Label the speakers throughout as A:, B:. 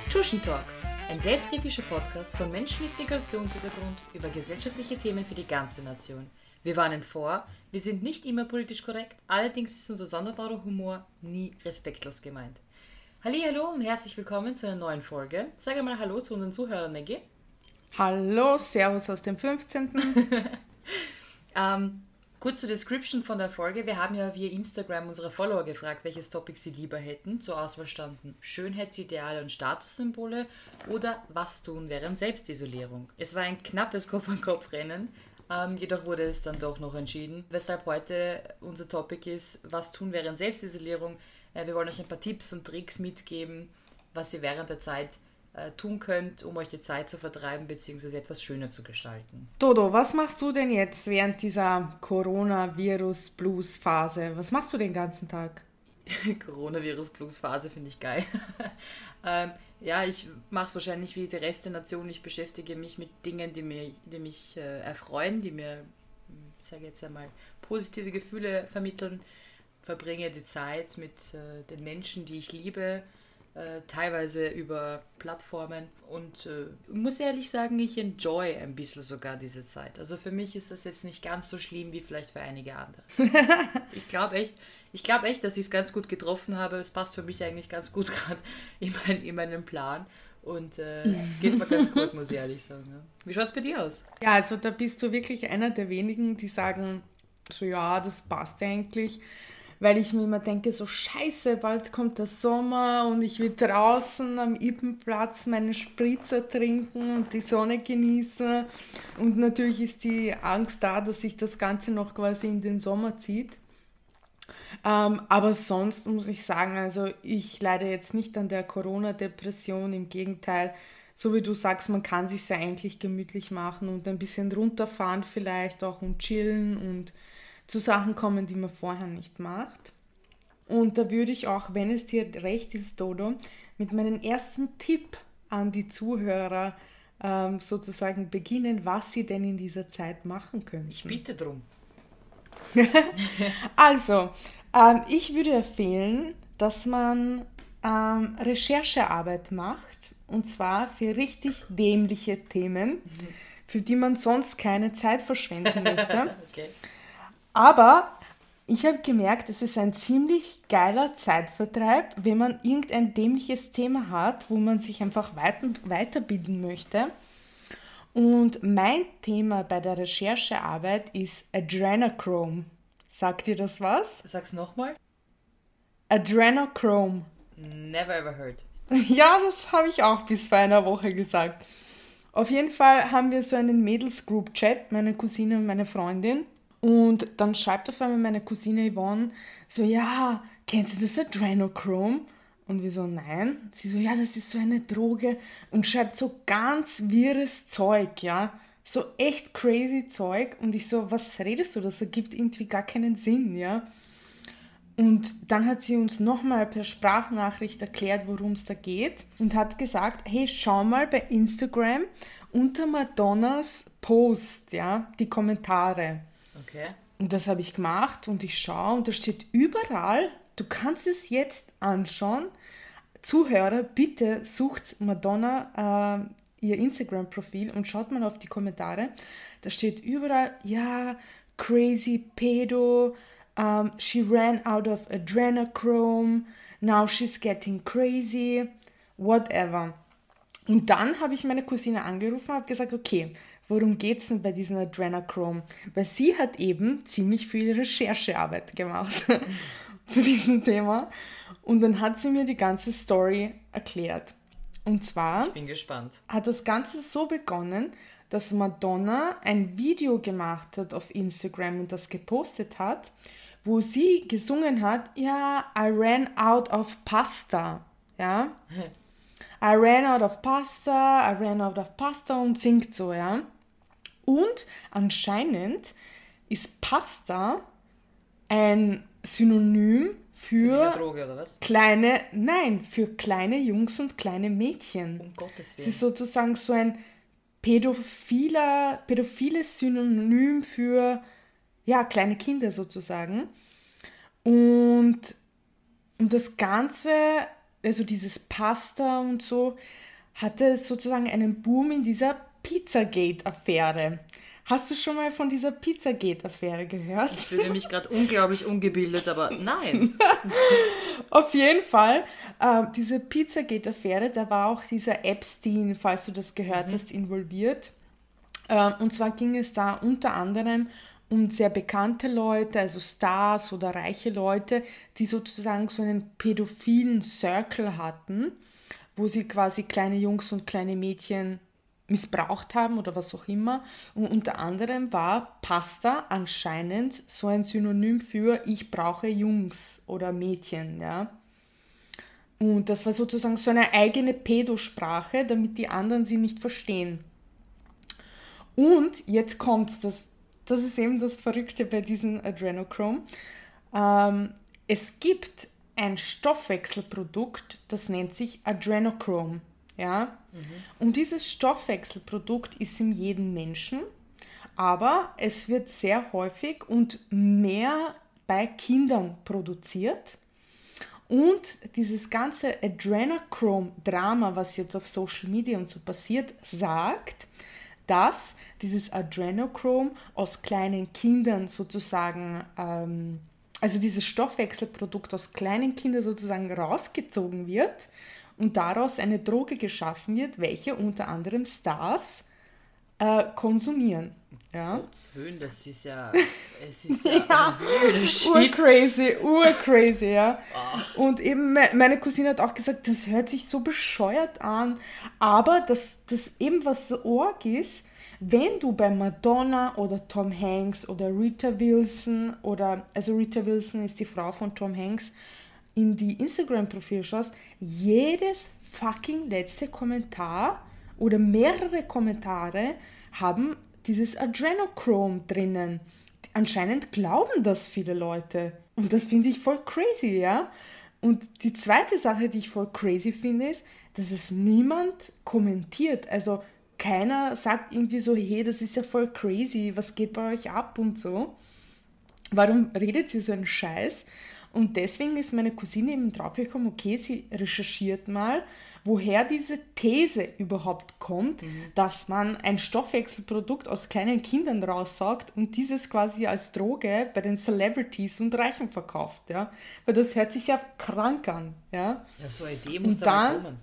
A: Tuschentalk, ein selbstkritischer Podcast von Menschen mit Migrationshintergrund über gesellschaftliche Themen für die ganze Nation. Wir warnen vor, wir sind nicht immer politisch korrekt, allerdings ist unser sonderbarer Humor nie respektlos gemeint. Hallihallo und herzlich willkommen zu einer neuen Folge. Sag einmal Hallo zu unseren Zuhörern, Maggie.
B: Hallo, Servus aus dem 15.
A: Kurz zur Description von der Folge. Wir haben ja via Instagram unsere Follower gefragt, welches Topic sie lieber hätten. Zur Auswahl standen Schönheitsideale und Statussymbole oder was tun während Selbstisolierung. Es war ein knappes Kopf-an-Kopf-Rennen, jedoch wurde es dann doch noch entschieden. Weshalb heute unser Topic ist, was tun während Selbstisolierung. Wir wollen euch ein paar Tipps und Tricks mitgeben, was ihr während der Zeit tun könnt, um euch die Zeit zu vertreiben bzw. etwas schöner zu gestalten.
B: Dodo, was machst du denn jetzt während dieser Coronavirus-Blues-Phase? Was machst du den ganzen Tag?
A: Coronavirus-Blues-Phase finde ich geil. Ich mache es wahrscheinlich wie die Rest der Nation. Ich beschäftige mich mit Dingen, die mich erfreuen, die mir, ich sage jetzt einmal, positive Gefühle vermitteln. Verbringe die Zeit mit den Menschen, die ich liebe, teilweise über Plattformen und muss ehrlich sagen, ich enjoy ein bisschen sogar diese Zeit. Also für mich ist das jetzt nicht ganz so schlimm wie vielleicht für einige andere. Ich glaube echt, dass ich es ganz gut getroffen habe. Es passt für mich eigentlich ganz gut gerade in meinen Plan und geht mir ganz gut, muss ich ehrlich sagen. Ja. Wie schaut es bei dir aus?
B: Ja, also da bist du wirklich einer der wenigen, die sagen, so ja, das passt eigentlich. Weil ich mir immer denke, so scheiße, bald kommt der Sommer und ich will draußen am Ippenplatz meinen Spritzer trinken und die Sonne genießen. Und natürlich ist die Angst da, dass sich das Ganze noch quasi in den Sommer zieht. Aber sonst muss ich sagen, also ich leide jetzt nicht an der Corona-Depression, im Gegenteil, so wie du sagst, man kann sich ja eigentlich gemütlich machen und ein bisschen runterfahren vielleicht auch und chillen und zu Sachen kommen, die man vorher nicht macht. Und da würde ich auch, wenn es dir recht ist, Dodo, mit meinem ersten Tipp an die Zuhörer sozusagen beginnen, was sie denn in dieser Zeit machen können.
A: Ich bitte drum.
B: Also, ich würde empfehlen, dass man Recherchearbeit macht, und zwar für richtig dämliche Themen, für die man sonst keine Zeit verschwenden möchte.
A: Okay.
B: Aber ich habe gemerkt, es ist ein ziemlich geiler Zeitvertreib, wenn man irgendein dämliches Thema hat, wo man sich einfach weiterbilden möchte. Und mein Thema bei der Recherchearbeit ist Adrenochrome. Sagt dir das was?
A: Sag's nochmal.
B: Adrenochrome.
A: Never ever heard.
B: Ja, das habe ich auch bis vor einer Woche gesagt. Auf jeden Fall haben wir so einen Mädels-Group-Chat, meine Cousine und meine Freundin. Und dann schreibt auf einmal meine Cousine Yvonne so, ja, kennst du das Adrenochrome? Und wir so, nein. Sie so, ja, das ist so eine Droge und schreibt so ganz wirres Zeug, ja. So echt crazy Zeug. Und ich so, was redest du? Das ergibt irgendwie gar keinen Sinn, ja. Und dann hat sie uns nochmal per Sprachnachricht erklärt, worum es da geht und hat gesagt, hey, schau mal bei Instagram unter Madonnas Post, ja, die Kommentare.
A: Okay.
B: Und das habe ich gemacht und ich schaue und da steht überall, du kannst es jetzt anschauen. Zuhörer, bitte sucht Madonna ihr Instagram-Profil und schaut mal auf die Kommentare. Da steht überall, ja, crazy pedo, she ran out of adrenochrome, now she's getting crazy, whatever. Und dann habe ich meine Cousine angerufen und habe gesagt, okay, worum geht es denn bei diesem Adrenochrome? Weil sie hat eben ziemlich viel Recherchearbeit gemacht zu diesem Thema. Und dann hat sie mir die ganze Story erklärt. Und zwar
A: ich bin gespannt.
B: Hat das Ganze so begonnen, dass Madonna ein Video gemacht hat auf Instagram und das gepostet hat, wo sie gesungen hat, ja, I ran out of pasta. Ja? I ran out of pasta, I ran out of pasta und singt so, ja. Und anscheinend ist Pasta ein Synonym für
A: diese Droge, oder was?
B: für kleine Jungs und kleine Mädchen.
A: Um Gottes Willen.
B: Es ist sozusagen so ein pädophiles Synonym für ja, kleine Kinder sozusagen. Und das Ganze also dieses Pasta und so, hatte sozusagen einen Boom in dieser Pizzagate-Affäre. Hast du schon mal von dieser Pizzagate-Affäre gehört?
A: Ich fühle mich gerade unglaublich ungebildet, aber nein.
B: Auf jeden Fall, diese Pizzagate-Affäre, da war auch dieser Epstein, falls du das gehört hast, involviert. Und zwar ging es da unter anderem um sehr bekannte Leute, also Stars oder reiche Leute, die sozusagen so einen pädophilen Circle hatten, wo sie quasi kleine Jungs und kleine Mädchen missbraucht haben oder was auch immer. Und unter anderem war Pasta anscheinend so ein Synonym für ich brauche Jungs oder Mädchen, ja. Und das war sozusagen so eine eigene Pädosprache, damit die anderen sie nicht verstehen. Und jetzt kommt das ist eben das Verrückte bei diesem Adrenochrome. Es gibt ein Stoffwechselprodukt, das nennt sich Adrenochrome. Ja? Und dieses Stoffwechselprodukt ist in jedem Menschen, aber es wird sehr häufig und mehr bei Kindern produziert. Und dieses ganze Adrenochrome-Drama, was jetzt auf Social Media und so passiert, sagt, dass dieses Adrenochrome aus kleinen Kindern sozusagen, also dieses Stoffwechselprodukt aus kleinen Kindern sozusagen rausgezogen wird und daraus eine Droge geschaffen wird, welche unter anderem Stars konsumieren. Ja?
A: Gottes Willen, es ist ja Shit.
B: Urcrazy, ja. Und eben meine Cousine hat auch gesagt, das hört sich so bescheuert an, aber das eben was so arg ist, wenn du bei Madonna oder Tom Hanks oder Rita Wilson also Rita Wilson ist die Frau von Tom Hanks, in die Instagram-Profile schaust, jedes fucking letzte Kommentar oder mehrere Kommentare haben dieses Adrenochrome drinnen. Anscheinend glauben das viele Leute. Und das finde ich voll crazy, ja? Und die zweite Sache, die ich voll crazy finde, ist, dass es niemand kommentiert. Also keiner sagt irgendwie so, hey, das ist ja voll crazy, was geht bei euch ab und so. Warum redet ihr so einen Scheiß? Und deswegen ist meine Cousine eben draufgekommen, okay, sie recherchiert mal, woher diese These überhaupt kommt, dass man ein Stoffwechselprodukt aus kleinen Kindern raussaugt und dieses quasi als Droge bei den Celebrities und Reichen verkauft, ja. Weil das hört sich ja krank an, ja.
A: Ja, so eine Idee muss da mal kommen.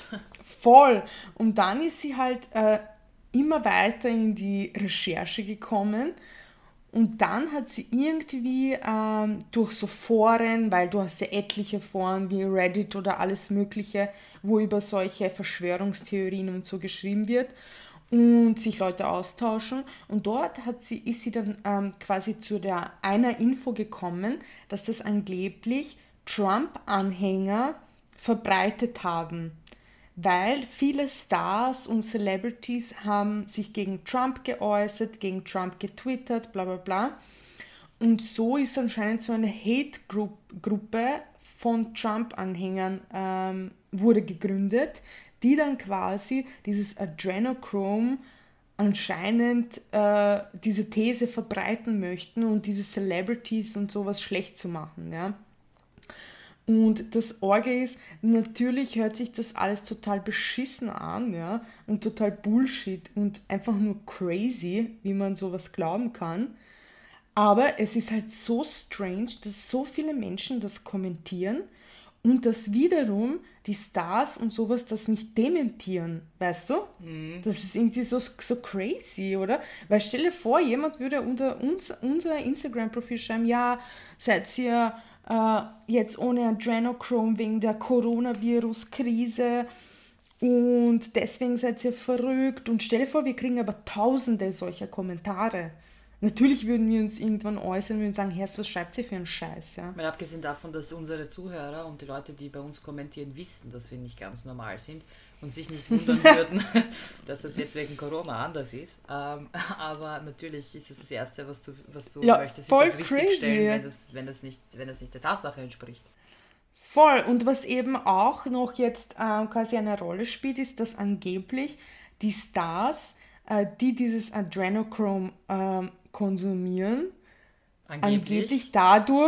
B: Voll. Und dann ist sie halt immer weiter in die Recherche gekommen. Und dann hat sie irgendwie durch so Foren, weil du hast ja etliche Foren wie Reddit oder alles mögliche, wo über solche Verschwörungstheorien und so geschrieben wird und sich Leute austauschen. Und dort ist sie dann quasi zu einer Info gekommen, dass das angeblich Trump-Anhänger verbreitet haben. Weil viele Stars und Celebrities haben sich gegen Trump geäußert, gegen Trump getwittert, bla bla bla. Und so ist anscheinend so eine Hate-Gruppe von Trump-Anhängern wurde gegründet, die dann quasi dieses Adrenochrome anscheinend diese These verbreiten möchten und diese Celebrities und sowas schlecht zu machen, ja. Und das Orge ist, natürlich hört sich das alles total beschissen an, ja, und total Bullshit und einfach nur crazy, wie man sowas glauben kann. Aber es ist halt so strange, dass so viele Menschen das kommentieren und dass wiederum die Stars und sowas das nicht dementieren, weißt du? Das ist irgendwie so crazy, oder? Weil stell dir vor, jemand würde unter unser Instagram-Profil schreiben, ja, seid ihr jetzt ohne Adrenochrome wegen der Coronavirus-Krise und deswegen seid ihr verrückt. Und stell dir vor, wir kriegen aber tausende solcher Kommentare. Natürlich würden wir uns irgendwann äußern und sagen, Herr, was schreibt ihr für einen Scheiß? Ja?
A: Mal abgesehen davon, dass unsere Zuhörer und die Leute, die bei uns kommentieren, wissen, dass wir nicht ganz normal sind und sich nicht wundern würden, dass das jetzt wegen Corona anders ist. Aber natürlich ist es das Erste, was du
B: ja,
A: möchtest, ist
B: voll
A: das richtig
B: crazy,
A: stellen, wenn das nicht der Tatsache entspricht.
B: Voll. Und was eben auch noch jetzt quasi eine Rolle spielt, ist, dass angeblich die Stars, die dieses Adrenochrome konsumieren, angeblich dadurch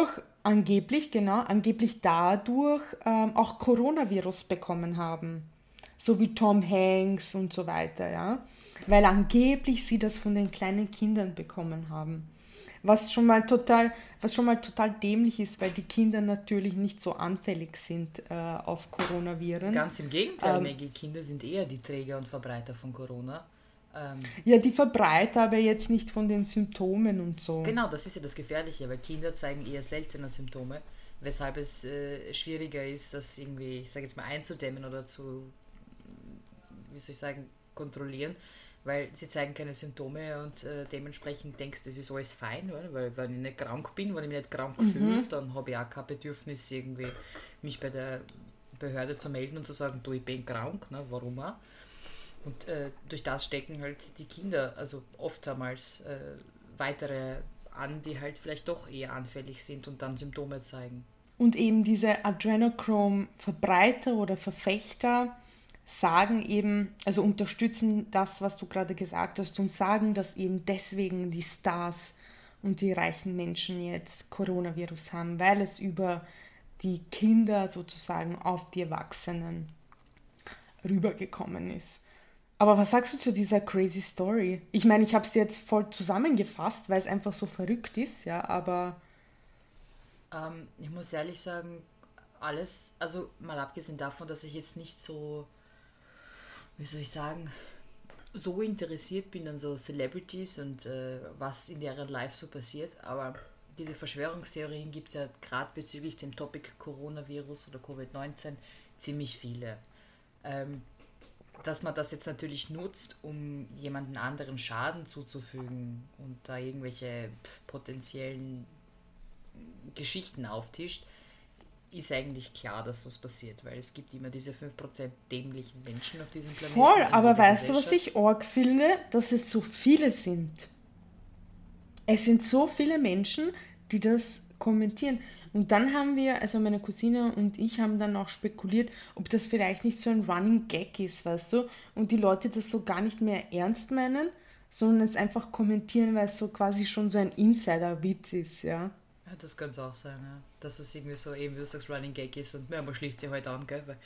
B: angeblich, genau, angeblich dadurch auch Coronavirus bekommen haben. So wie Tom Hanks und so weiter, ja. Weil angeblich sie das von den kleinen Kindern bekommen haben. Was schon mal total dämlich ist, weil die Kinder natürlich nicht so anfällig sind auf Coronaviren.
A: Ganz im Gegenteil, Maggie, Kinder sind eher die Träger und Verbreiter von Corona.
B: Ja, die Verbreiter, aber jetzt nicht von den Symptomen und so.
A: Genau, das ist ja das Gefährliche, weil Kinder zeigen eher seltener Symptome, weshalb es schwieriger ist, das irgendwie, ich sage jetzt mal, einzudämmen oder zu, wie soll ich sagen, kontrollieren, weil sie zeigen keine Symptome und dementsprechend denkst du, es ist alles fein, oder? Weil wenn ich nicht krank bin, wenn ich mich nicht krank fühle, dann habe ich auch kein Bedürfnis, irgendwie mich bei der Behörde zu melden und zu sagen, du, ich bin krank, ne? Warum auch? Und durch das stecken halt die Kinder, also oftmals weitere an, die halt vielleicht doch eher anfällig sind und dann Symptome zeigen.
B: Und eben diese Adrenochrome-Verbreiter oder Verfechter sagen eben, also unterstützen das, was du gerade gesagt hast und sagen, dass eben deswegen die Stars und die reichen Menschen jetzt Coronavirus haben, weil es über die Kinder sozusagen auf die Erwachsenen rübergekommen ist. Aber was sagst du zu dieser crazy Story? Ich meine, ich habe es jetzt voll zusammengefasst, weil es einfach so verrückt ist, ja, aber...
A: Ich muss ehrlich sagen, alles, also mal abgesehen davon, dass ich jetzt nicht so, wie soll ich sagen, so interessiert bin an so Celebrities und was in deren Life so passiert, aber diese Verschwörungstheorien gibt es ja gerade bezüglich dem Topic Coronavirus oder Covid-19 ziemlich viele. Dass man das jetzt natürlich nutzt, um jemanden anderen Schaden zuzufügen und da irgendwelche potenziellen Geschichten auftischt, ist eigentlich klar, dass das passiert, weil es gibt immer diese 5% dämlichen Menschen auf diesem Planeten.
B: Voll, aber weißt du, was ich arg finde? Dass es so viele sind. Es sind so viele Menschen, die das kommentieren. Und dann haben wir, also meine Cousine und ich haben dann auch spekuliert, ob das vielleicht nicht so ein Running Gag ist, weißt du? Und die Leute das so gar nicht mehr ernst meinen, sondern es einfach kommentieren, weil es so quasi schon so ein Insider-Witz ist, ja.
A: Ja, das könnte es auch sein, ja. Dass es irgendwie so, eben wie du sagst, Running Gag ist und man schließt sich halt an, gell? Weil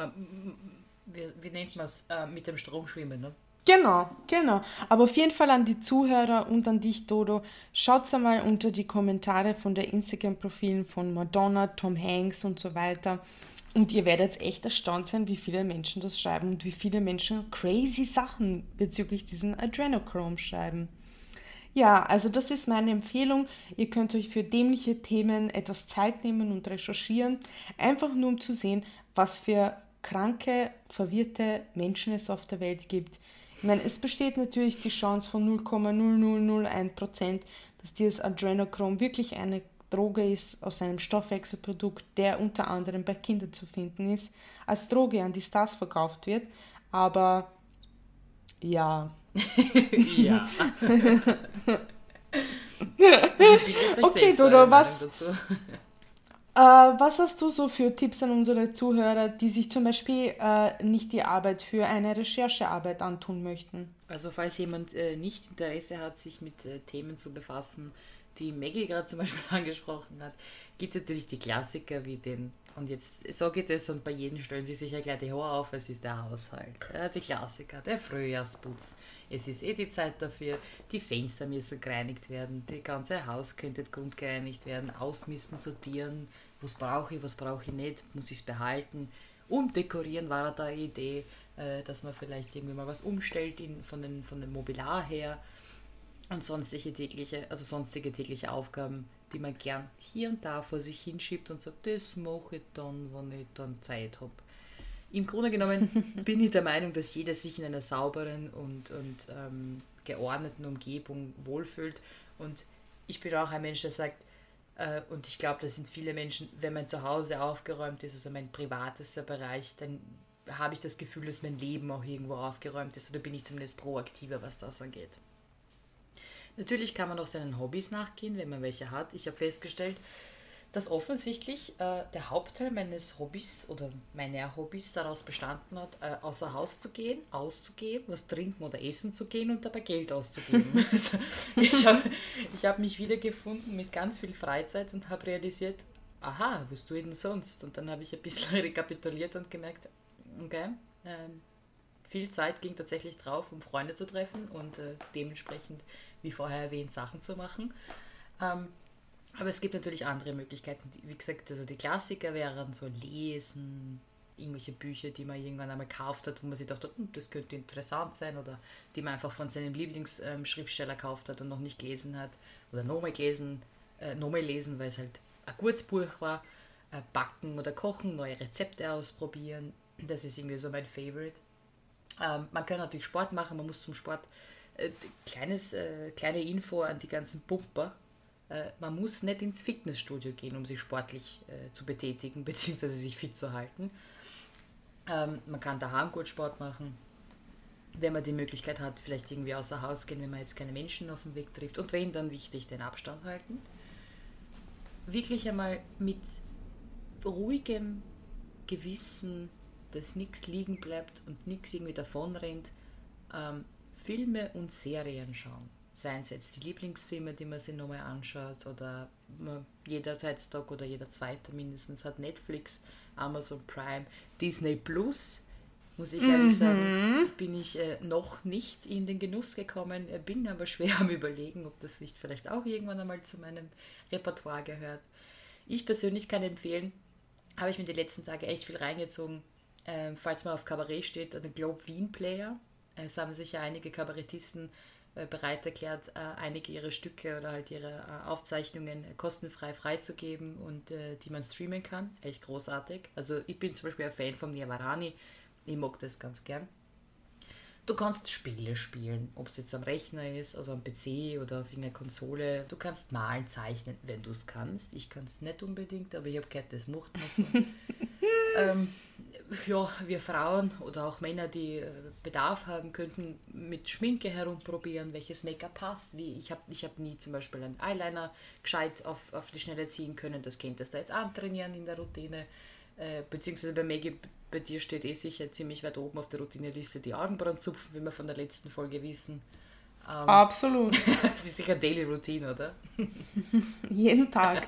A: wie nennt man es? Mit dem Strom schwimmen, ne?
B: Genau. Aber auf jeden Fall an die Zuhörer und an dich, Dodo, schaut einmal unter die Kommentare von der Instagram-Profilen von Madonna, Tom Hanks und so weiter. Und ihr werdet echt erstaunt sein, wie viele Menschen das schreiben und wie viele Menschen crazy Sachen bezüglich diesen Adrenochrome schreiben. Ja, also das ist meine Empfehlung. Ihr könnt euch für dämliche Themen etwas Zeit nehmen und recherchieren, einfach nur um zu sehen, was für kranke, verwirrte Menschen es auf der Welt gibt. Ich meine, es besteht natürlich die Chance von 0,0001%, dass dieses Adrenochrome wirklich eine Droge ist aus einem Stoffwechselprodukt, der unter anderem bei Kindern zu finden ist, als Droge an die Stars verkauft wird. Aber ja.
A: Ja.
B: Okay, Dodo, was hast du so für Tipps an unsere Zuhörer, die sich zum Beispiel nicht die Arbeit für eine Recherchearbeit antun möchten?
A: Also falls jemand nicht Interesse hat, sich mit Themen zu befassen, die Maggie gerade zum Beispiel angesprochen hat, gibt es natürlich die Klassiker wie den, und jetzt sage ich das und bei jedem stellen sie sich ja gleich die Haare auf, es ist der Haushalt. Ja, die Klassiker, der Frühjahrsputz. Es ist die Zeit dafür, die Fenster müssen gereinigt werden, das ganze Haus könnte grundgereinigt werden, ausmisten, sortieren, was brauche ich nicht, muss ich es behalten. Umdekorieren war da eine Idee, dass man vielleicht irgendwie mal was umstellt von dem Mobiliar her. Und sonstige tägliche Aufgaben, die man gern hier und da vor sich hinschiebt und sagt, das mache ich dann, wenn ich dann Zeit habe. Im Grunde genommen bin ich der Meinung, dass jeder sich in einer sauberen und geordneten Umgebung wohlfühlt. Und ich bin auch ein Mensch, der sagt, und ich glaube, das sind viele Menschen, wenn mein Zuhause aufgeräumt ist, also mein privatester Bereich, dann habe ich das Gefühl, dass mein Leben auch irgendwo aufgeräumt ist, oder bin ich zumindest proaktiver, was das angeht. Natürlich kann man auch seinen Hobbys nachgehen, wenn man welche hat. Ich habe festgestellt, dass offensichtlich der Hauptteil meines Hobbys oder meiner Hobbys daraus bestanden hat, außer Haus zu gehen, auszugehen, was trinken oder essen zu gehen und dabei Geld auszugeben. Also, ich hab mich wiedergefunden mit ganz viel Freizeit und habe realisiert, aha, was tue ich denn sonst? Und dann habe ich ein bisschen rekapituliert und gemerkt, okay, viel Zeit ging tatsächlich drauf, um Freunde zu treffen und dementsprechend, wie vorher erwähnt, Sachen zu machen. Aber es gibt natürlich andere Möglichkeiten. Wie gesagt, also die Klassiker wären so Lesen, irgendwelche Bücher, die man irgendwann einmal gekauft hat, wo man sich dachte, das könnte interessant sein, oder die man einfach von seinem Lieblingsschriftsteller gekauft hat und noch nicht gelesen hat, oder nochmal lesen, weil es halt ein gutes Buch war. Backen oder kochen, neue Rezepte ausprobieren, das ist irgendwie so mein Favorite. Man kann natürlich Sport machen, man muss zum Sport, kleine Info an die ganzen Pumper, man muss nicht ins Fitnessstudio gehen, um sich sportlich zu betätigen, beziehungsweise sich fit zu halten. Man kann daheim gut Sport machen, wenn man die Möglichkeit hat, vielleicht irgendwie außer Haus gehen, wenn man jetzt keine Menschen auf dem Weg trifft. Und wenn, dann wichtig, den Abstand halten. Wirklich einmal mit ruhigem Gewissen, dass nichts liegen bleibt und nichts irgendwie davonrennt, Filme und Serien schauen. Seien es jetzt die Lieblingsfilme, die man sich nochmal anschaut, oder jeder Heutzutage oder jeder zweite mindestens hat Netflix, Amazon Prime, Disney Plus. Muss ich ehrlich sagen, bin ich noch nicht in den Genuss gekommen, bin aber schwer am Überlegen, ob das nicht vielleicht auch irgendwann einmal zu meinem Repertoire gehört. Ich persönlich kann empfehlen, habe ich mir die letzten Tage echt viel reingezogen, falls man auf Kabarett steht, den Globe Wien Player. Es haben sich ja einige Kabarettisten bereit erklärt, einige ihrer Stücke oder halt ihre Aufzeichnungen kostenfrei freizugeben und die man streamen kann. Echt großartig. Also ich bin zum Beispiel ein Fan von Niavarani. Ich mag das ganz gern. Du kannst Spiele spielen, ob es jetzt am Rechner ist, also am PC oder auf irgendeiner Konsole. Du kannst malen, zeichnen, wenn du es kannst. Ich kann es nicht unbedingt, aber ich habe gehört, das macht man so. Ja, wir Frauen oder auch Männer, die Bedarf haben, könnten mit Schminke herumprobieren, welches Make-up passt. Ich hab nie zum Beispiel einen Eyeliner gescheit auf die Schnelle ziehen können. Das könntest du jetzt antrainieren in der Routine. Beziehungsweise bei Maggie, bei dir steht sicher ziemlich weit oben auf der Routineliste die Augenbrauen zupfen, wie wir von der letzten Folge wissen.
B: Absolut.
A: Das ist sicher Daily Routine, oder?
B: Jeden Tag.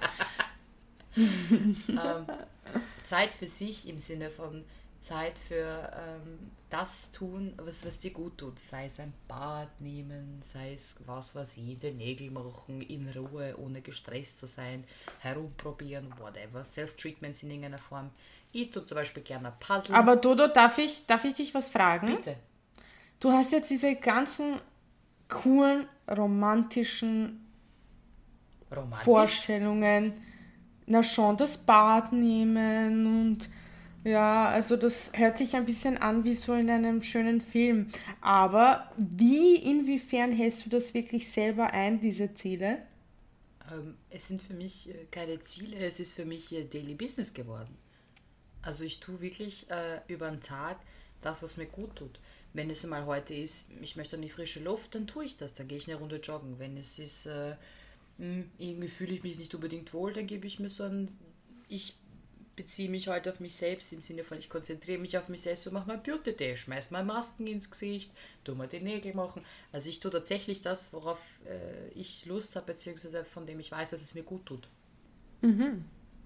A: Zeit für sich im Sinne von Zeit für das tun, was dir gut tut. Sei es ein Bad nehmen, sei es was weiß ich, den Nägel machen, in Ruhe, ohne gestresst zu sein, herumprobieren, whatever. Self-Treatments in irgendeiner Form. Ich tue zum Beispiel gerne ein Puzzle.
B: Aber Dodo, darf ich dich was fragen?
A: Bitte.
B: Du hast jetzt diese ganzen coolen, romantischen Vorstellungen. Na schon, das Bad nehmen und ja, also das hört sich ein bisschen an wie so in einem schönen Film. Aber inwiefern hältst du das wirklich selber ein, diese Ziele?
A: Es sind für mich keine Ziele, es ist für mich Daily Business geworden. Also ich tue wirklich über den Tag das, was mir gut tut. Wenn es mal heute ist, ich möchte an die frische Luft, dann tue ich das, dann gehe ich eine Runde joggen. Wenn es ist, irgendwie fühle ich mich nicht unbedingt wohl, dann gebe ich mir so ich beziehe mich heute auf mich selbst, im Sinne von, ich konzentriere mich auf mich selbst und mache mein Beauty Day, schmeiß mal Masken ins Gesicht, tu mal die Nägel machen. Also ich tue tatsächlich das, worauf ich Lust habe, beziehungsweise von dem ich weiß, dass es mir gut tut.
B: Mhm.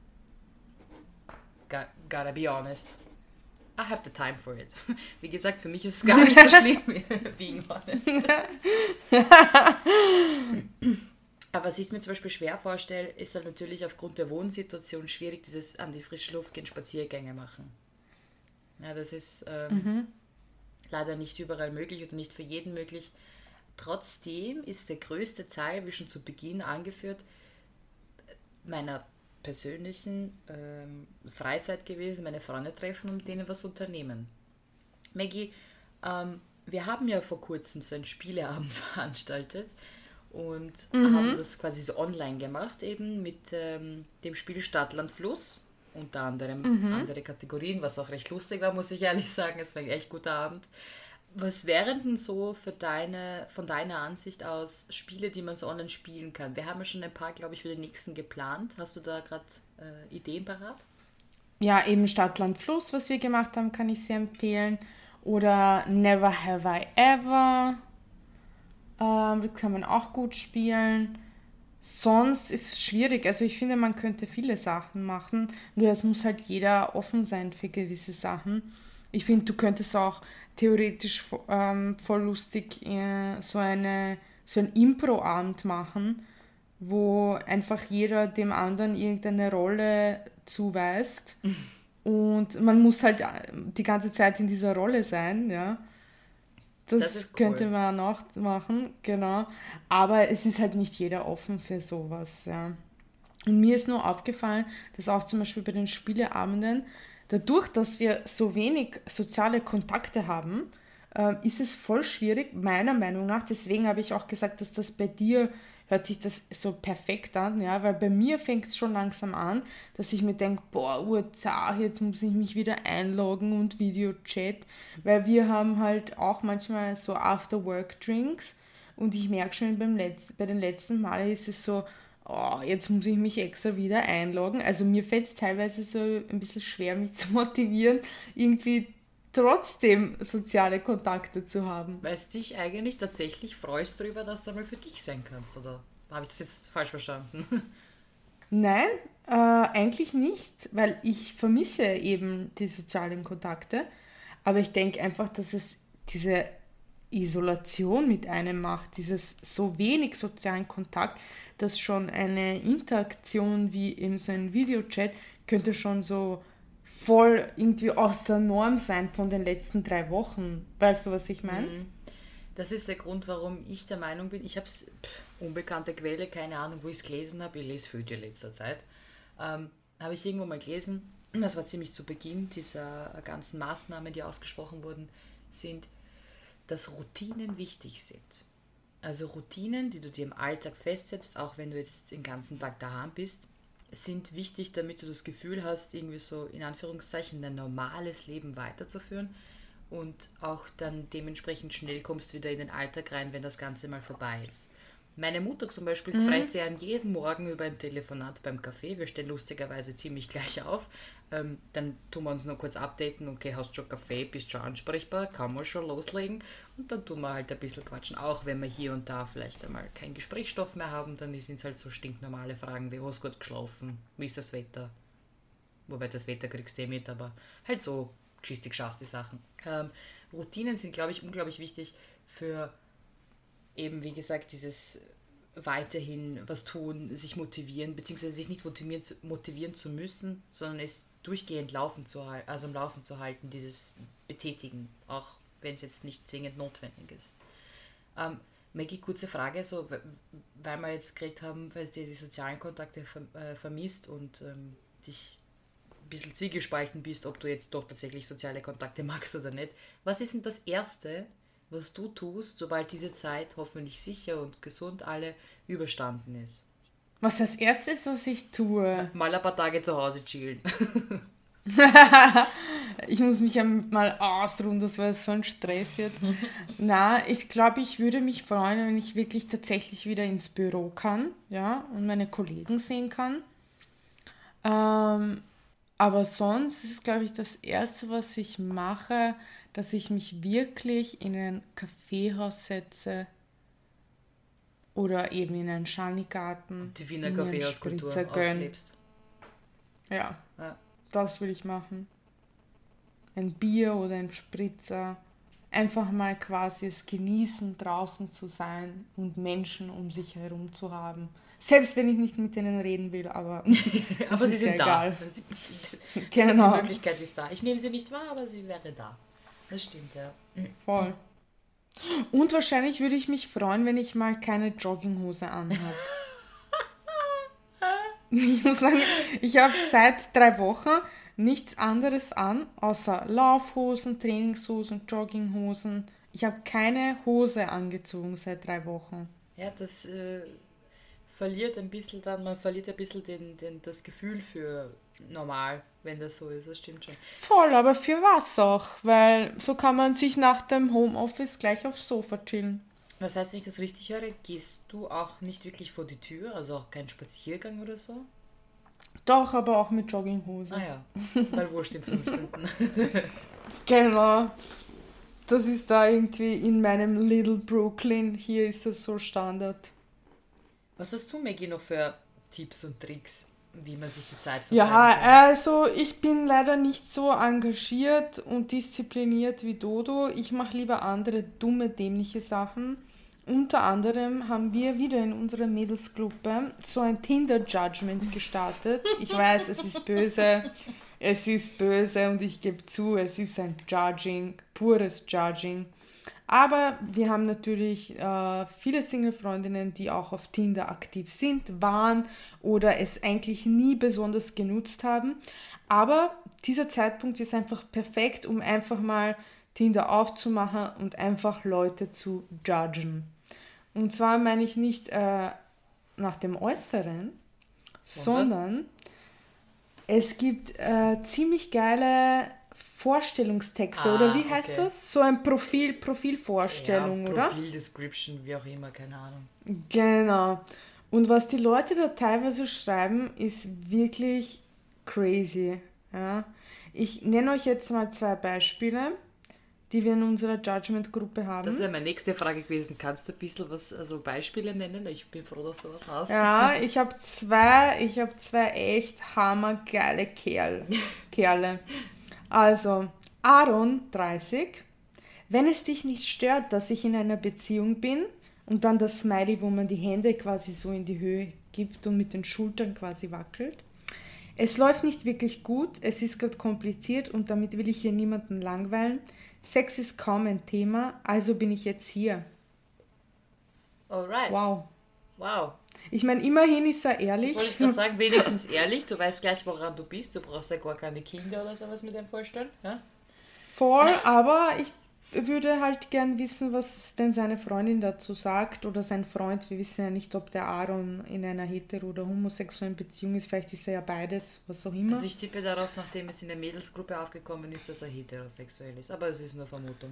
A: Gotta be honest. I have the time for it. Wie gesagt, für mich ist es gar nicht so schlimm, being honest. Aber was ich mir zum Beispiel schwer vorstelle, ist halt natürlich aufgrund der Wohnsituation schwierig, dieses an die frische Luft gehen, Spaziergänge machen. Ja, das ist leider nicht überall möglich oder nicht für jeden möglich. Trotzdem ist der größte Teil, wie schon zu Beginn angeführt, meiner persönlichen Freizeit gewesen, meine Freunde treffen und denen was unternehmen. Maggie, wir haben ja vor kurzem so einen Spieleabend veranstaltet und haben das quasi so online gemacht, eben mit dem Spiel Stadt, Land, Fluss, unter anderem andere Kategorien, was auch recht lustig war, muss ich ehrlich sagen, es war ein echt guter Abend. Was wären denn so von deiner Ansicht aus Spiele, die man so online spielen kann? Wir haben ja schon ein paar, glaube ich, für den nächsten geplant. Hast du da gerade Ideen parat?
B: Ja, eben Stadt, Land, Fluss, was wir gemacht haben, kann ich sehr empfehlen. Oder Never Have I Ever. Das kann man auch gut spielen. Sonst ist es schwierig. Also ich finde, man könnte viele Sachen machen. Nur es muss halt jeder offen sein für gewisse Sachen. Ich finde, du könntest auch theoretisch voll lustig so ein Impro-Abend machen, wo einfach jeder dem anderen irgendeine Rolle zuweist. Und man muss halt die ganze Zeit in dieser Rolle sein, ja.
A: Das
B: Das
A: ist cool.
B: könnte man auch machen, genau. Aber es ist halt nicht jeder offen für sowas, ja. Und mir ist nur aufgefallen, dass auch zum Beispiel bei den Spieleabenden, dadurch, dass wir so wenig soziale Kontakte haben, ist es voll schwierig, meiner Meinung nach. Deswegen habe ich auch gesagt, dass das bei dir hört sich das so perfekt an, ja, weil bei mir fängt es schon langsam an, dass ich mir denke, boah, urzart, jetzt muss ich mich wieder einloggen und Videochat, weil wir haben halt auch manchmal so After-Work-Drinks und ich merke schon bei den letzten Malen ist es so, oh, jetzt muss ich mich extra wieder einloggen. Also mir fällt es teilweise so ein bisschen schwer, mich zu motivieren, irgendwie trotzdem soziale Kontakte zu haben.
A: Weißt du dich eigentlich tatsächlich freust darüber, dass du einmal für dich sein kannst? Oder habe ich das jetzt falsch verstanden?
B: Nein, eigentlich nicht, weil ich vermisse eben die sozialen Kontakte. Aber ich denke einfach, dass es diese Isolation mit einem macht, dieses so wenig sozialen Kontakt, dass schon eine Interaktion wie eben so ein Videochat könnte schon so voll irgendwie aus der Norm sein von den letzten 3 Wochen. Weißt du, was ich meine?
A: Das ist der Grund, warum ich der Meinung bin, ich habe es, unbekannte Quelle, keine Ahnung, wo ich es gelesen habe, ich lese viel in letzter Zeit, habe ich irgendwo mal gelesen, das war ziemlich zu Beginn dieser ganzen Maßnahmen, die ausgesprochen wurden, sind, dass Routinen wichtig sind. Also Routinen, die du dir im Alltag festsetzt, auch wenn du jetzt den ganzen Tag daheim bist, sind wichtig, damit du das Gefühl hast, irgendwie so in Anführungszeichen ein normales Leben weiterzuführen und auch dann dementsprechend schnell kommst wieder in den Alltag rein, wenn das Ganze mal vorbei ist. Meine Mutter zum Beispiel freut sich an jeden Morgen über ein Telefonat beim Kaffee. Wir stehen lustigerweise ziemlich gleich auf. Dann tun wir uns noch kurz updaten. Okay, hast schon Kaffee, bist schon ansprechbar, kann man schon loslegen. Und dann tun wir halt ein bisschen quatschen. Auch wenn wir hier und da vielleicht einmal keinen Gesprächsstoff mehr haben, dann sind es halt so stinknormale Fragen wie, hast du gut geschlafen? Wie ist das Wetter? Wobei das Wetter kriegst du eh mit, aber halt so geschistig-schasti Sachen. Routinen sind, glaube ich, unglaublich wichtig für eben, wie gesagt, dieses weiterhin was tun, sich motivieren, beziehungsweise sich nicht motivieren zu müssen, sondern es durchgehend am Laufen zu halten, dieses Betätigen, auch wenn es jetzt nicht zwingend notwendig ist. Maggie, kurze Frage, so, weil wir jetzt geredet haben, weil es dir die sozialen Kontakte vermisst und dich ein bisschen zwiegespalten bist, ob du jetzt doch tatsächlich soziale Kontakte magst oder nicht. Was ist denn das Erste, was du tust, sobald diese Zeit hoffentlich sicher und gesund alle überstanden ist?
B: Was das Erste ist, was ich tue.
A: Mal ein paar Tage zu Hause chillen.
B: Ich muss mich ja mal ausruhen, das war so ein Stress jetzt. Na, ich glaube, ich würde mich freuen, wenn ich wirklich tatsächlich wieder ins Büro kann, ja, und meine Kollegen sehen kann. Aber sonst ist, glaube ich, das Erste, was ich mache, dass ich mich wirklich in ein Kaffeehaus setze oder eben in einen Schanigarten
A: Die Wiener
B: und mir einen
A: Kaffeehauskultur
B: Spritzer gönn.
A: auslebst.
B: Ja,
A: Ja.
B: das will ich machen. Ein Bier oder ein Spritzer. Einfach mal quasi es genießen, draußen zu sein und Menschen um sich herum zu haben. Selbst wenn ich nicht mit denen reden will, aber das
A: Aber sie
B: ist ja
A: sind da.
B: egal.
A: Die
B: Genau,
A: Möglichkeit ist da. Ich nehme sie nicht wahr, aber sie wäre da. Das stimmt, ja.
B: voll. Und wahrscheinlich würde ich mich freuen, wenn ich mal keine Jogginghose anhabe. Ich muss sagen, ich habe seit 3 Wochen nichts anderes an, außer Laufhosen, Trainingshosen, Jogginghosen. Ich habe keine Hose angezogen seit 3 Wochen.
A: Ja, das verliert ein bisschen dann, man verliert ein bisschen das Gefühl für normal, wenn das so ist, das stimmt schon.
B: Voll, aber für was auch? Weil so kann man sich nach dem Homeoffice gleich aufs Sofa chillen.
A: Das heißt, wenn ich das richtig höre, gehst du auch nicht wirklich vor die Tür, also auch kein Spaziergang oder so?
B: Doch, aber auch mit Jogginghose.
A: Ah ja, weil wurscht im 15.
B: Genau. Das ist da irgendwie in meinem Little Brooklyn. Hier ist das so Standard.
A: Was hast du, Maggie, noch für Tipps und Tricks, wie man sich die Zeit
B: Ja,
A: vertreiben kann?
B: also ich bin leider nicht so engagiert und diszipliniert wie Dodo. Ich mache lieber andere dumme, dämliche Sachen. Unter anderem haben wir wieder in unserer Mädelsgruppe so ein Tinder-Judgment gestartet. Ich weiß, es ist böse und ich gebe zu, es ist ein Judging, pures Judging. Aber wir haben natürlich viele Single-Freundinnen, die auch auf Tinder aktiv sind, waren oder es eigentlich nie besonders genutzt haben. Aber dieser Zeitpunkt ist einfach perfekt, um einfach mal Tinder aufzumachen und einfach Leute zu judgen. Und zwar meine ich nicht nach dem Äußeren, sondern es gibt ziemlich geile Vorstellungstexte, oder wie heißt das? So ein Profilvorstellung,
A: ja,
B: oder?
A: Profil-Description, wie auch immer, keine Ahnung.
B: Genau. Und was die Leute da teilweise schreiben, ist wirklich crazy. Ja? Ich nenne euch jetzt mal 2 Beispiele, die wir in unserer Judgment-Gruppe haben.
A: Das wäre meine nächste Frage gewesen. Kannst du ein bisschen was, also Beispiele nennen? Ich bin froh, dass du was hast.
B: Ja, ich habe zwei echt hammergeile Kerle. Also, Aaron, 30. Wenn es dich nicht stört, dass ich in einer Beziehung bin, und dann das Smiley, wo man die Hände quasi so in die Höhe gibt und mit den Schultern quasi wackelt. Es läuft nicht wirklich gut, es ist gerade kompliziert und damit will ich hier niemanden langweilen. Sex ist kaum ein Thema, also bin ich jetzt hier.
A: Alright. Wow.
B: Ich meine, immerhin ist er ehrlich.
A: Das wollte ich gerade sagen, wenigstens ehrlich. Du weißt gleich, woran du bist. Du brauchst ja gar keine Kinder oder sowas mit dem vorstellen. Ja?
B: Voll, aber ich würde halt gern wissen, was denn seine Freundin dazu sagt oder sein Freund. Wir wissen ja nicht, ob der Aaron in einer hetero- oder homosexuellen Beziehung ist. Vielleicht ist er ja beides, was auch immer.
A: Also ich tippe darauf, nachdem es in der Mädelsgruppe aufgekommen ist, dass er heterosexuell ist. Aber es ist nur Vermutung.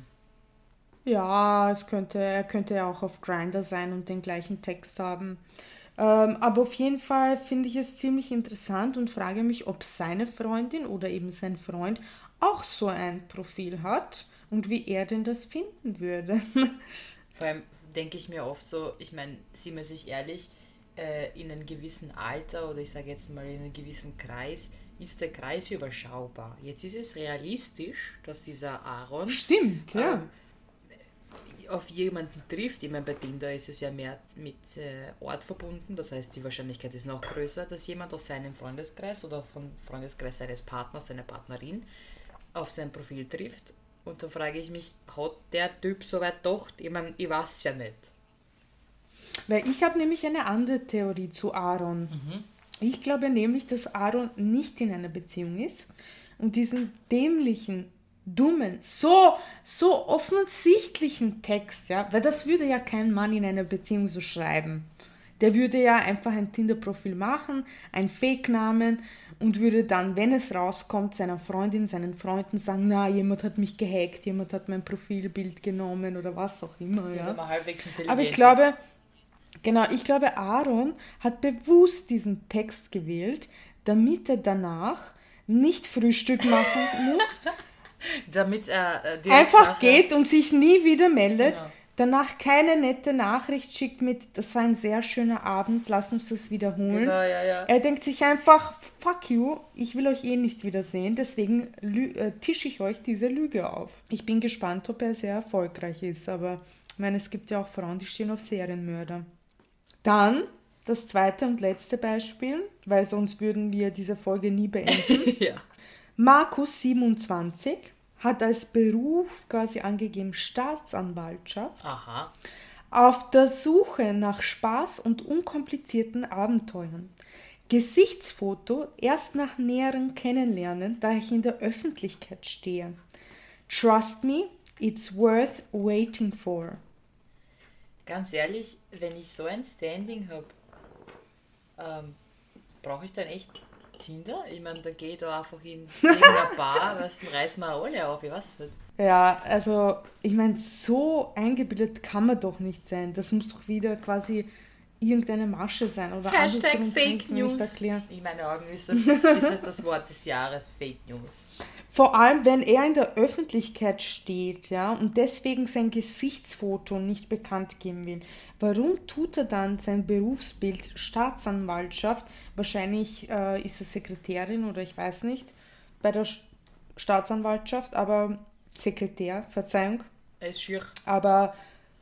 B: Ja, er könnte ja auch auf Grindr sein und den gleichen Text haben. Aber auf jeden Fall finde ich es ziemlich interessant und frage mich, ob seine Freundin oder eben sein Freund auch so ein Profil hat und wie er denn das finden würde.
A: Vor allem denke ich mir oft so, ich meine, sind wir sich ehrlich, in einem gewissen Alter oder ich sage jetzt mal in einem gewissen Kreis, ist der Kreis überschaubar. Jetzt ist es realistisch, dass dieser Aaron
B: Stimmt, ja.
A: Auf jemanden trifft. Ich meine, bei Tinder ist es ja mehr mit Ort verbunden, das heißt, die Wahrscheinlichkeit ist noch größer, dass jemand aus seinem Freundeskreis oder vom Freundeskreis seines Partners, seiner Partnerin auf sein Profil trifft. Und da frage ich mich, hat der Typ soweit doch? Ich meine, ich weiß ja nicht.
B: Weil ich habe nämlich eine andere Theorie zu Aaron. Ich glaube nämlich, dass Aaron nicht in einer Beziehung ist und diesen dämlichen, dummen, so offensichtlichen Text, ja, weil das würde ja kein Mann in einer Beziehung so schreiben. Der würde ja einfach ein Tinder-Profil machen, einen Fake-Namen und würde dann, wenn es rauskommt, seiner Freundin, seinen Freunden sagen, na, jemand hat mich gehackt, jemand hat mein Profilbild genommen oder was auch immer. Ja.
A: Wenn man halbwegs intelligent
B: Aber ich glaube, Aaron hat bewusst diesen Text gewählt, damit er danach nicht Frühstück machen muss,
A: damit er
B: einfach geht und sich nie wieder meldet,
A: Genau.
B: danach keine nette Nachricht schickt mit, das war ein sehr schöner Abend, lass uns das wiederholen.
A: Genau, ja.
B: Er denkt sich einfach, fuck you, ich will euch eh nicht wiedersehen, deswegen tische ich euch diese Lüge auf. Ich bin gespannt, ob er sehr erfolgreich ist, aber ich meine, es gibt ja auch Frauen, die stehen auf Serienmörder. Dann das zweite und letzte Beispiel, weil sonst würden wir diese Folge nie beenden.
A: Ja.
B: Markus, 27, hat als Beruf quasi angegeben Staatsanwaltschaft.
A: Aha.
B: Auf der Suche nach Spaß und unkomplizierten Abenteuern. Gesichtsfoto erst nach näherem Kennenlernen, da ich in der Öffentlichkeit stehe. Trust me, it's worth waiting for.
A: Ganz ehrlich, wenn ich so ein Standing habe, brauche ich dann echt Tinder? Ich meine, da geht da einfach in irgendeiner Bar, was dann reißen wir alle auf, ich weiß nicht.
B: Ja, also ich meine, so eingebildet kann man doch nicht sein. Das muss doch wieder quasi irgendeine Masche sein. Oder
A: Hashtag
B: andersrum
A: Fake
B: kannst du nicht
A: News.
B: erklären.
A: In meinen Augen ist das Wort des Jahres, Fake News.
B: Vor allem, wenn er in der Öffentlichkeit steht, ja, und deswegen sein Gesichtsfoto nicht bekannt geben will. Warum tut er dann sein Berufsbild Staatsanwaltschaft? Wahrscheinlich ist er Sekretärin oder ich weiß nicht, bei der Staatsanwaltschaft, aber Sekretär, Verzeihung.
A: Er ist schier.
B: Aber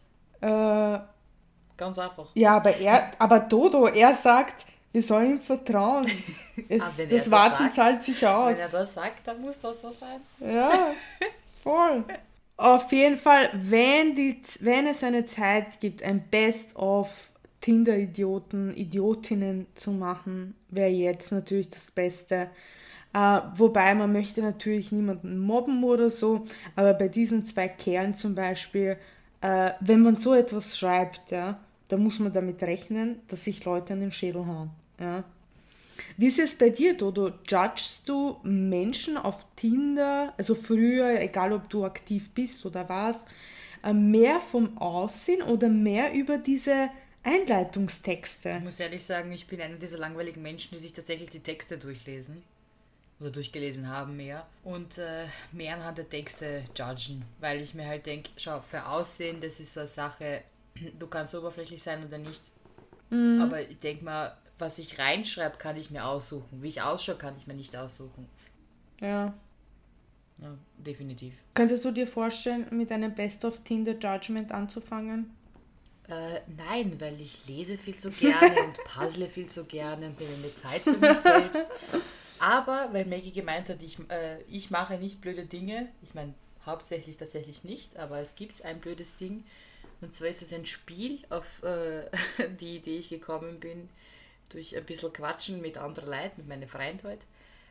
A: ganz einfach.
B: ja, aber Dodo, er sagt, wir sollen ihm vertrauen. Das Warten zahlt sich aus.
A: Wenn er das sagt, dann muss das so sein.
B: Ja, voll. Auf jeden Fall, wenn es eine Zeit gibt, ein Best-of Tinder-Idioten, Idiotinnen zu machen, wäre jetzt natürlich das Beste. Wobei man möchte natürlich niemanden mobben oder so, aber bei diesen 2 Kerlen zum Beispiel, wenn man so etwas schreibt, ja, da muss man damit rechnen, dass sich Leute an den Schädel hauen. Ja. Wie ist es bei dir, Dodo? Judgst du Menschen auf Tinder, also früher, egal ob du aktiv bist oder was, mehr vom Aussehen oder mehr über diese Einleitungstexte?
A: Ich muss ehrlich sagen, ich bin einer dieser langweiligen Menschen, die sich tatsächlich die Texte durchlesen. Oder durchgelesen haben mehr. Und mehr anhand der Texte judgen. Weil ich mir halt denke, schau, für Aussehen, das ist so eine Sache, du kannst oberflächlich sein oder nicht. Aber ich denke mal, was ich reinschreibe, kann ich mir aussuchen. Wie ich ausschaue, kann ich mir nicht aussuchen.
B: Ja.
A: Ja, definitiv.
B: Könntest du dir vorstellen, mit einem Best-of-Tinder-Judgment anzufangen?
A: Nein, weil ich lese viel zu gerne und puzzle viel zu gerne und nehme mir Zeit für mich selbst. Aber, weil Maggie gemeint hat, ich mache nicht blöde Dinge, ich meine, hauptsächlich tatsächlich nicht, aber es gibt ein blödes Ding. Und zwar ist es ein Spiel, auf die Idee ich gekommen bin, durch ein bisschen Quatschen mit anderen Leuten, mit meinem Freund heute.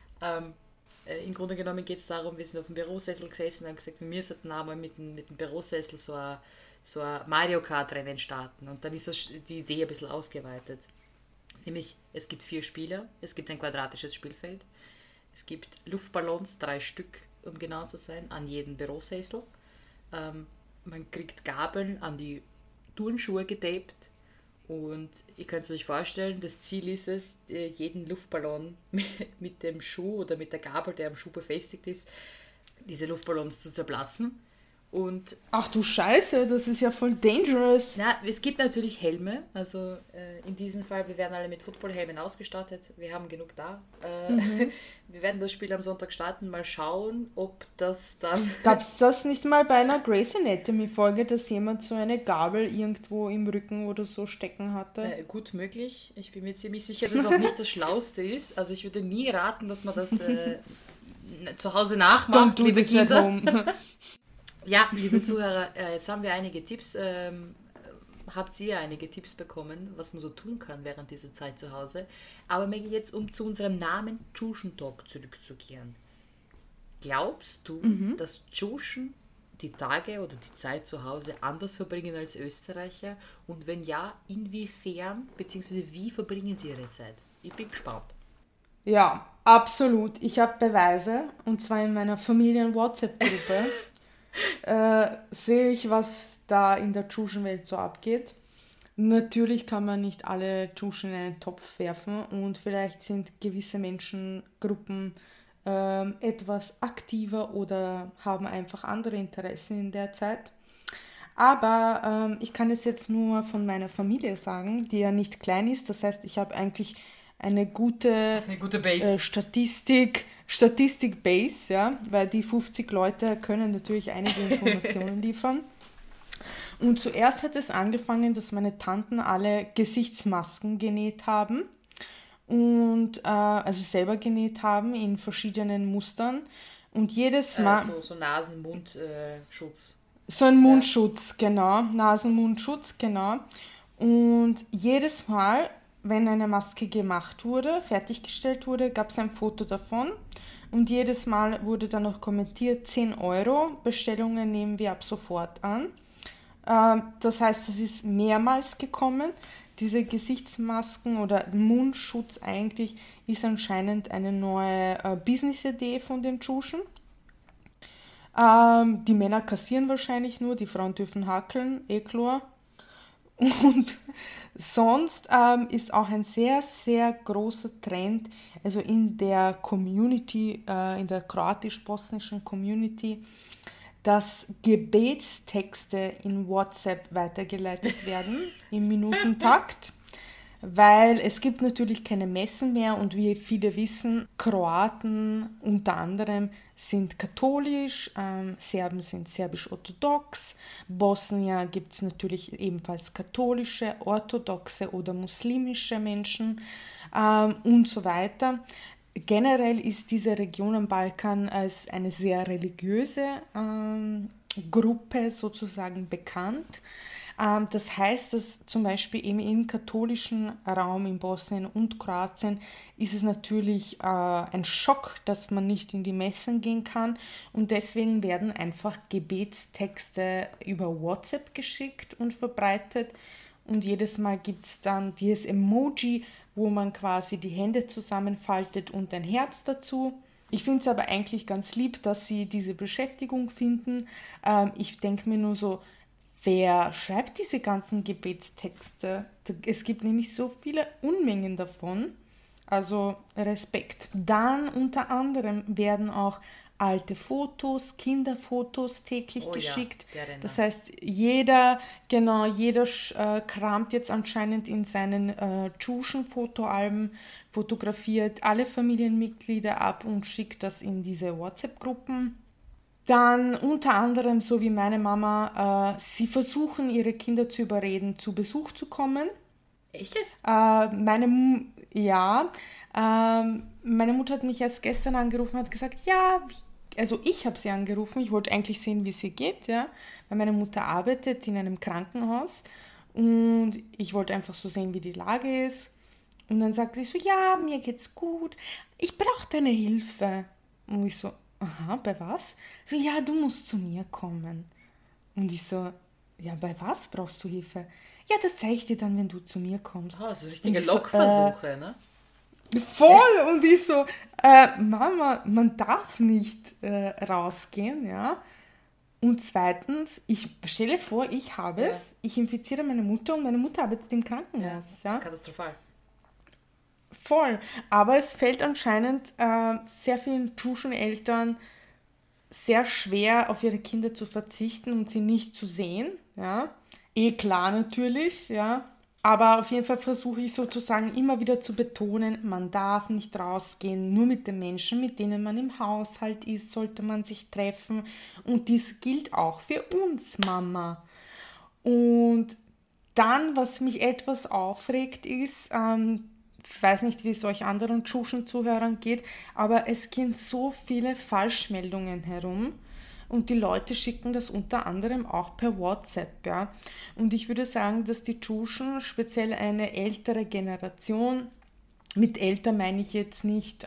A: Im Grunde genommen geht es darum, wir sind auf dem Bürosessel gesessen und haben gesagt, mir sollten einmal mit dem Bürosessel so ein Mario Kart Rennen starten. Und dann ist die Idee ein bisschen ausgeweitet. Nämlich, es gibt 4 Spieler, es gibt ein quadratisches Spielfeld, es gibt Luftballons, 3 Stück, um genau zu sein, an jeden Bürosessel. Man kriegt Gabeln an die Turnschuhe getaped und ihr könnt euch vorstellen, das Ziel ist es, jeden Luftballon mit dem Schuh oder mit der Gabel, der am Schuh befestigt ist, diese Luftballons zu zerplatzen. Und
B: ach du Scheiße, das ist ja voll dangerous.
A: na, es gibt natürlich Helme, also in diesem Fall, wir werden alle mit Footballhelmen ausgestattet, wir haben genug da. Wir werden das Spiel am Sonntag starten, mal schauen, ob das dann...
B: Gab es das nicht mal bei einer Grey's Anatomy-Folge, dass jemand so eine Gabel irgendwo im Rücken oder so stecken hatte?
A: Gut möglich, ich bin mir ziemlich sicher, dass es auch nicht das Schlauste ist, also ich würde nie raten, dass man das zu Hause nachmacht, liebe Kinder. Ja, liebe Zuhörer, jetzt haben wir einige Tipps. Habt ihr einige Tipps bekommen, was man so tun kann während dieser Zeit zu Hause? Aber Maggie, jetzt um zu unserem Namen Tschuschen Talk zurückzukehren. Glaubst du, dass Tschuschen die Tage oder die Zeit zu Hause anders verbringen als Österreicher? Und wenn ja, inwiefern, beziehungsweise wie verbringen sie ihre Zeit? Ich bin gespannt.
B: Ja, absolut. Ich habe Beweise, und zwar in meiner Familien-WhatsApp-Gruppe. Sehe ich, was da in der Tschuschenwelt so abgeht. Natürlich kann man nicht alle Tschuschen in einen Topf werfen und vielleicht sind gewisse Menschengruppen etwas aktiver oder haben einfach andere Interessen in der Zeit. Aber ich kann es jetzt nur von meiner Familie sagen, die ja nicht klein ist. Das heißt, ich habe eigentlich eine gute
A: Base.
B: Statistik-Base, ja, weil die 50 Leute können natürlich einige Informationen liefern. Und zuerst hat es angefangen, dass meine Tanten alle Gesichtsmasken genäht haben und also selber genäht haben in verschiedenen Mustern. Und jedes Mal...
A: so Nasen-Mund-Schutz.
B: So ein Mundschutz, genau. Nasen-Mundschutz, genau. Und jedes Mal, wenn eine Maske gemacht wurde, fertiggestellt wurde, gab es ein Foto davon. Und jedes Mal wurde dann noch kommentiert, 10 Euro, Bestellungen nehmen wir ab sofort an. Das heißt, das ist mehrmals gekommen. Diese Gesichtsmasken oder Mundschutz eigentlich ist anscheinend eine neue Business-Idee von den Tschuschen. Die Männer kassieren wahrscheinlich nur, die Frauen dürfen hackeln, klar. Und sonst ist auch ein sehr, sehr großer Trend, also in der Community, in der kroatisch-bosnischen Community, dass Gebetstexte in WhatsApp weitergeleitet werden im Minutentakt, weil es gibt natürlich keine Messen mehr und wie viele wissen, Kroaten unter anderem sind katholisch, Serben sind serbisch-orthodox, Bosnier gibt es natürlich ebenfalls katholische, orthodoxe oder muslimische Menschen und so weiter. Generell ist diese Region am Balkan als eine sehr religiöse Gruppe sozusagen bekannt. Das heißt, dass zum Beispiel eben im katholischen Raum in Bosnien und Kroatien ist es natürlich ein Schock, dass man nicht in die Messen gehen kann und deswegen werden einfach Gebetstexte über WhatsApp geschickt und verbreitet und jedes Mal gibt es dann dieses Emoji, wo man quasi die Hände zusammenfaltet und ein Herz dazu. Ich finde es aber eigentlich ganz lieb, dass sie diese Beschäftigung finden. Ich denke mir nur so, wer schreibt diese ganzen Gebetstexte? Es gibt nämlich so viele Unmengen davon. Also Respekt. Dann unter anderem werden auch alte Fotos, Kinderfotos täglich geschickt. Ja, das heißt, jeder kramt jetzt anscheinend in seinen Tschuschen-Fotoalben, fotografiert alle Familienmitglieder ab und schickt das in diese WhatsApp-Gruppen. Dann unter anderem, so wie meine Mama, sie versuchen, ihre Kinder zu überreden, zu Besuch zu kommen.
A: Echt jetzt?
B: Meine Mutter hat mich erst gestern angerufen und hat gesagt, also ich habe sie angerufen, ich wollte eigentlich sehen, wie es ihr geht, ja, weil meine Mutter arbeitet in einem Krankenhaus und ich wollte einfach so sehen, wie die Lage ist. Und dann sagte sie so, ja, mir geht's gut, ich brauche deine Hilfe. Und ich so, aha, bei was? So, ja, du musst zu mir kommen. Und ich so, ja, bei was brauchst du Hilfe? Ja, das zeige ich dir dann, wenn du zu mir kommst.
A: Oh, so richtige Lockversuche, ne?
B: Voll! Und ich so, Mama, man darf nicht rausgehen, ja. Und zweitens, ich stelle vor, ich habe es, ich infiziere meine Mutter und meine Mutter arbeitet im Krankenhaus. Ja.
A: Katastrophal.
B: Voll. Aber es fällt anscheinend sehr vielen Tschuschen-Eltern sehr schwer, auf ihre Kinder zu verzichten und sie nicht zu sehen. Ja. Klar natürlich, ja. Aber auf jeden Fall versuche ich sozusagen immer wieder zu betonen, man darf nicht rausgehen, nur mit den Menschen, mit denen man im Haushalt ist, sollte man sich treffen. Und dies gilt auch für uns, Mama. Und dann, was mich etwas aufregt, ist, ich weiß nicht, wie es euch anderen Tschuschen-Zuhörern geht, aber es gehen so viele Falschmeldungen herum. Und die Leute schicken das unter anderem auch per WhatsApp. Ja. Und ich würde sagen, dass die Tschuschen, speziell eine ältere Generation, mit älter meine ich jetzt nicht,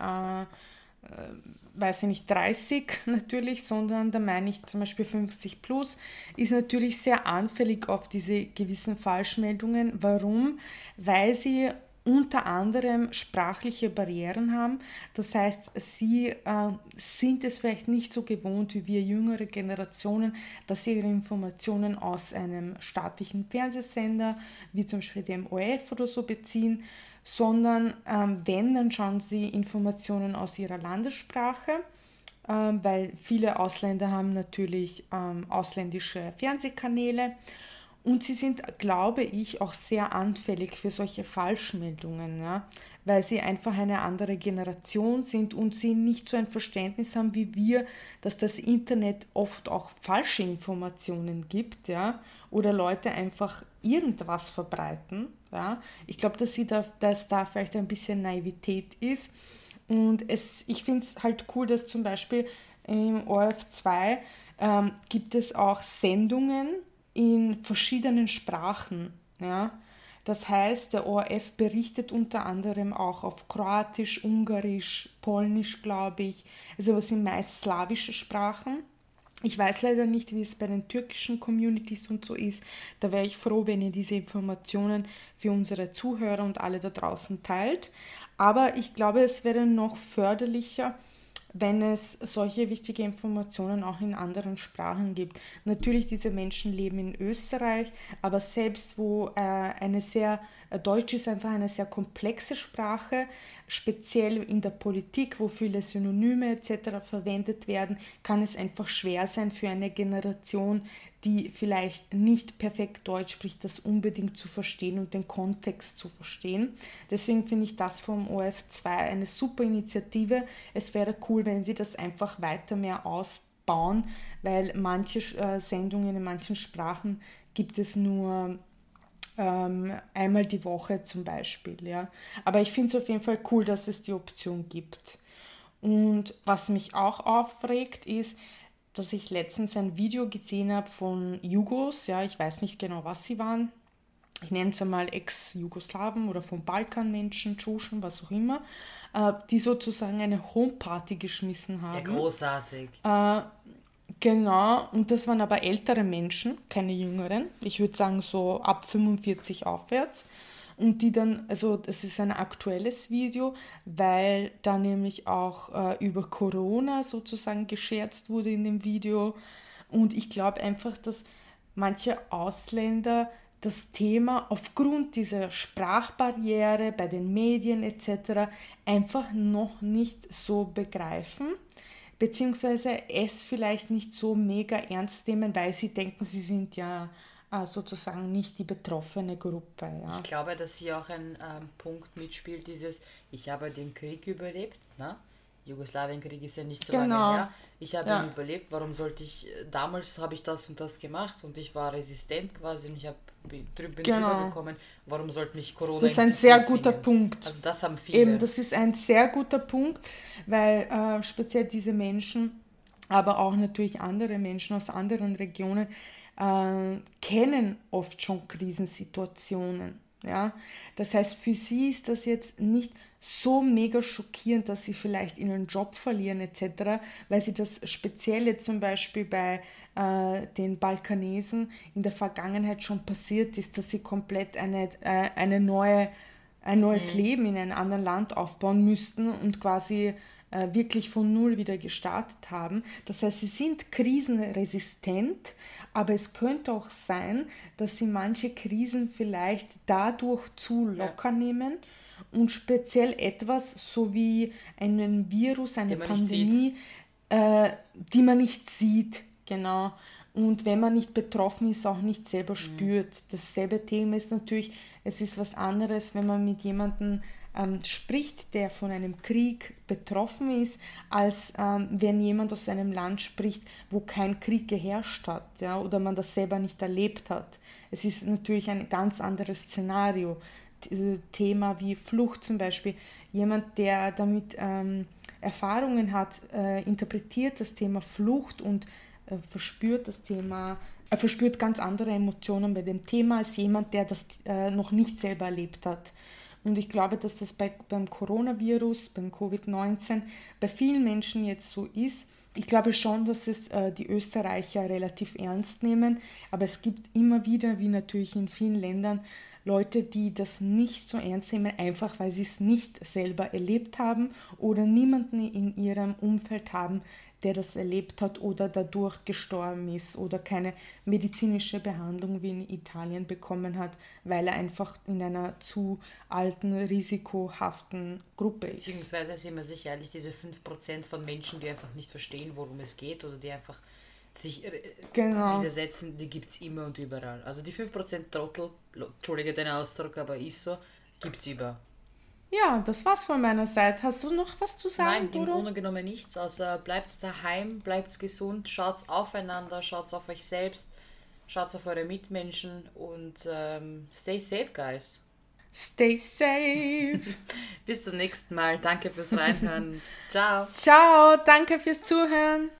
B: weiß ich nicht, 30 natürlich, sondern da meine ich zum Beispiel 50 plus, ist natürlich sehr anfällig auf diese gewissen Falschmeldungen. Warum? Weil sie unter anderem sprachliche Barrieren haben. Das heißt, sie sind es vielleicht nicht so gewohnt wie wir jüngere Generationen, dass sie ihre Informationen aus einem staatlichen Fernsehsender, wie zum Beispiel dem ORF oder so beziehen, sondern wenn, dann schauen sie Informationen aus ihrer Landessprache, weil viele Ausländer haben natürlich ausländische Fernsehkanäle. Und sie sind, glaube ich, auch sehr anfällig für solche Falschmeldungen, ja? Weil sie einfach eine andere Generation sind und sie nicht so ein Verständnis haben wie wir, dass das Internet oft auch falsche Informationen gibt, ja? Oder Leute einfach irgendwas verbreiten. Ja? Ich glaube, dass da vielleicht ein bisschen Naivität ist. Und ich finde es halt cool, dass zum Beispiel im ORF 2 gibt es auch Sendungen in verschiedenen Sprachen. Ja? Das heißt, der ORF berichtet unter anderem auch auf Kroatisch, Ungarisch, Polnisch, glaube ich. Also das sind meist slawische Sprachen. Ich weiß leider nicht, wie es bei den türkischen Communities und so ist. Da wäre ich froh, wenn ihr diese Informationen für unsere Zuhörer und alle da draußen teilt. Aber ich glaube, es wäre noch förderlicher, wenn es solche wichtige Informationen auch in anderen Sprachen gibt. Natürlich, diese Menschen leben in Österreich, aber selbst wo Deutsch ist einfach eine sehr komplexe Sprache, speziell in der Politik, wo viele Synonyme etc. verwendet werden, kann es einfach schwer sein für eine Generation, die vielleicht nicht perfekt Deutsch spricht, das unbedingt zu verstehen und den Kontext zu verstehen. Deswegen finde ich das vom ORF2 eine super Initiative. Es wäre cool, wenn sie das einfach weiter mehr ausbauen, weil manche Sendungen in manchen Sprachen gibt es nur einmal die Woche zum Beispiel. Ja. Aber ich finde es auf jeden Fall cool, dass es die Option gibt. Und was mich auch aufregt, ist, dass ich letztens ein Video gesehen habe von Jugos, ja, ich weiß nicht genau, was sie waren. Ich nenne es einmal Ex-Jugoslawen oder von Balkanmenschen, Tschuschen, was auch immer, die sozusagen eine Homeparty geschmissen haben.
A: Ja, großartig.
B: Genau, und das waren aber ältere Menschen, keine jüngeren. Ich würde sagen so ab 45 aufwärts. Und die dann, also das ist ein aktuelles Video, weil da nämlich auch über Corona sozusagen gescherzt wurde in dem Video. Und ich glaube einfach, dass manche Ausländer das Thema aufgrund dieser Sprachbarriere bei den Medien etc. einfach noch nicht so begreifen, beziehungsweise es vielleicht nicht so mega ernst nehmen, weil sie denken, sie sind ja sozusagen nicht die betroffene Gruppe. Ja.
A: Ich glaube, dass hier auch ein Punkt mitspielt, ich habe den Krieg überlebt, ne? Jugoslawienkrieg ist ja nicht so lange her. Ich habe ihn überlebt, warum sollte damals habe ich das und das gemacht und ich war resistent quasi und bin drüber gekommen, warum sollte mich Corona
B: Das ist ein sehr guter Punkt.
A: Also das haben viele.
B: Eben, das ist ein sehr guter Punkt, weil speziell diese Menschen, aber auch natürlich andere Menschen aus anderen Regionen, kennen oft schon Krisensituationen. Ja? Das heißt, für sie ist das jetzt nicht so mega schockierend, dass sie vielleicht ihren Job verlieren etc., weil sie das Spezielle zum Beispiel bei den Balkanesen in der Vergangenheit schon passiert ist, dass sie komplett ein neues Leben in einem anderen Land aufbauen müssten und quasi wirklich von Null wieder gestartet haben. Das heißt, sie sind krisenresistent, aber es könnte auch sein, dass sie manche Krisen vielleicht dadurch zu locker nehmen und speziell etwas so wie einen Virus, eine Pandemie, die man nicht sieht, genau. Und wenn man nicht betroffen ist, auch nicht selber spürt. Dasselbe Thema ist natürlich, es ist was anderes, wenn man mit jemandem spricht, der von einem Krieg betroffen ist, als wenn jemand aus einem Land spricht, wo kein Krieg geherrscht hat, ja, oder man das selber nicht erlebt hat. Es ist natürlich ein ganz anderes Szenario. Thema wie Flucht zum Beispiel. Jemand, der damit Erfahrungen hat, interpretiert das Thema Flucht und verspürt ganz andere Emotionen bei dem Thema als jemand, der das noch nicht selber erlebt hat. Und ich glaube, dass das beim Coronavirus, beim Covid-19, bei vielen Menschen jetzt so ist. Ich glaube schon, dass es die Österreicher relativ ernst nehmen, aber es gibt immer wieder, wie natürlich in vielen Ländern, Leute, die das nicht so ernst nehmen, einfach weil sie es nicht selber erlebt haben oder niemanden in ihrem Umfeld haben, der das erlebt hat oder dadurch gestorben ist oder keine medizinische Behandlung wie in Italien bekommen hat, weil er einfach in einer zu alten, risikohaften Gruppe ist.
A: Beziehungsweise sind wir sich ehrlich, diese 5% von Menschen, die einfach nicht verstehen, worum es geht oder die einfach sich widersetzen, die gibt es immer und überall. Also die 5% Trottel, entschuldige den Ausdruck, aber ist so, gibt es überall.
B: Ja, das war's von meiner Seite. Hast du noch was zu sagen,
A: Nein, im Grunde genommen nichts, außer bleibt daheim, bleibt gesund, schaut aufeinander, schaut auf euch selbst, schaut auf eure Mitmenschen und stay safe, guys.
B: Stay safe.
A: Bis zum nächsten Mal. Danke fürs Reinhören. Ciao.
B: Ciao, danke fürs Zuhören.